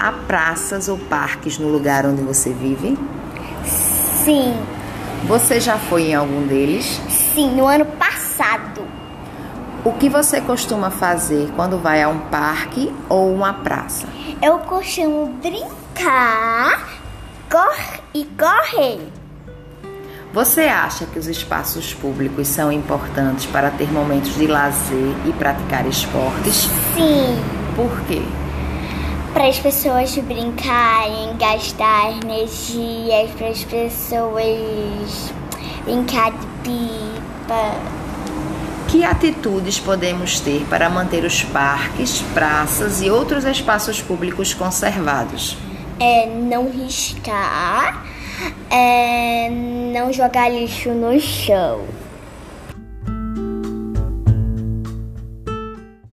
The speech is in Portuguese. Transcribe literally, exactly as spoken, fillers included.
Há praças ou parques no lugar onde você vive? Sim. Você já foi em algum deles? Sim, no ano passado. O que você costuma fazer quando vai a um parque ou uma praça? Eu costumo brincar cor e correr. Você acha que os espaços públicos são importantes para ter momentos de lazer e praticar esportes? Sim. Por quê? Para as pessoas brincarem, gastar energias, para as pessoas brincar de pipa. Que atitudes podemos ter para manter os parques, praças e outros espaços públicos conservados? É não riscar, é não jogar lixo no chão.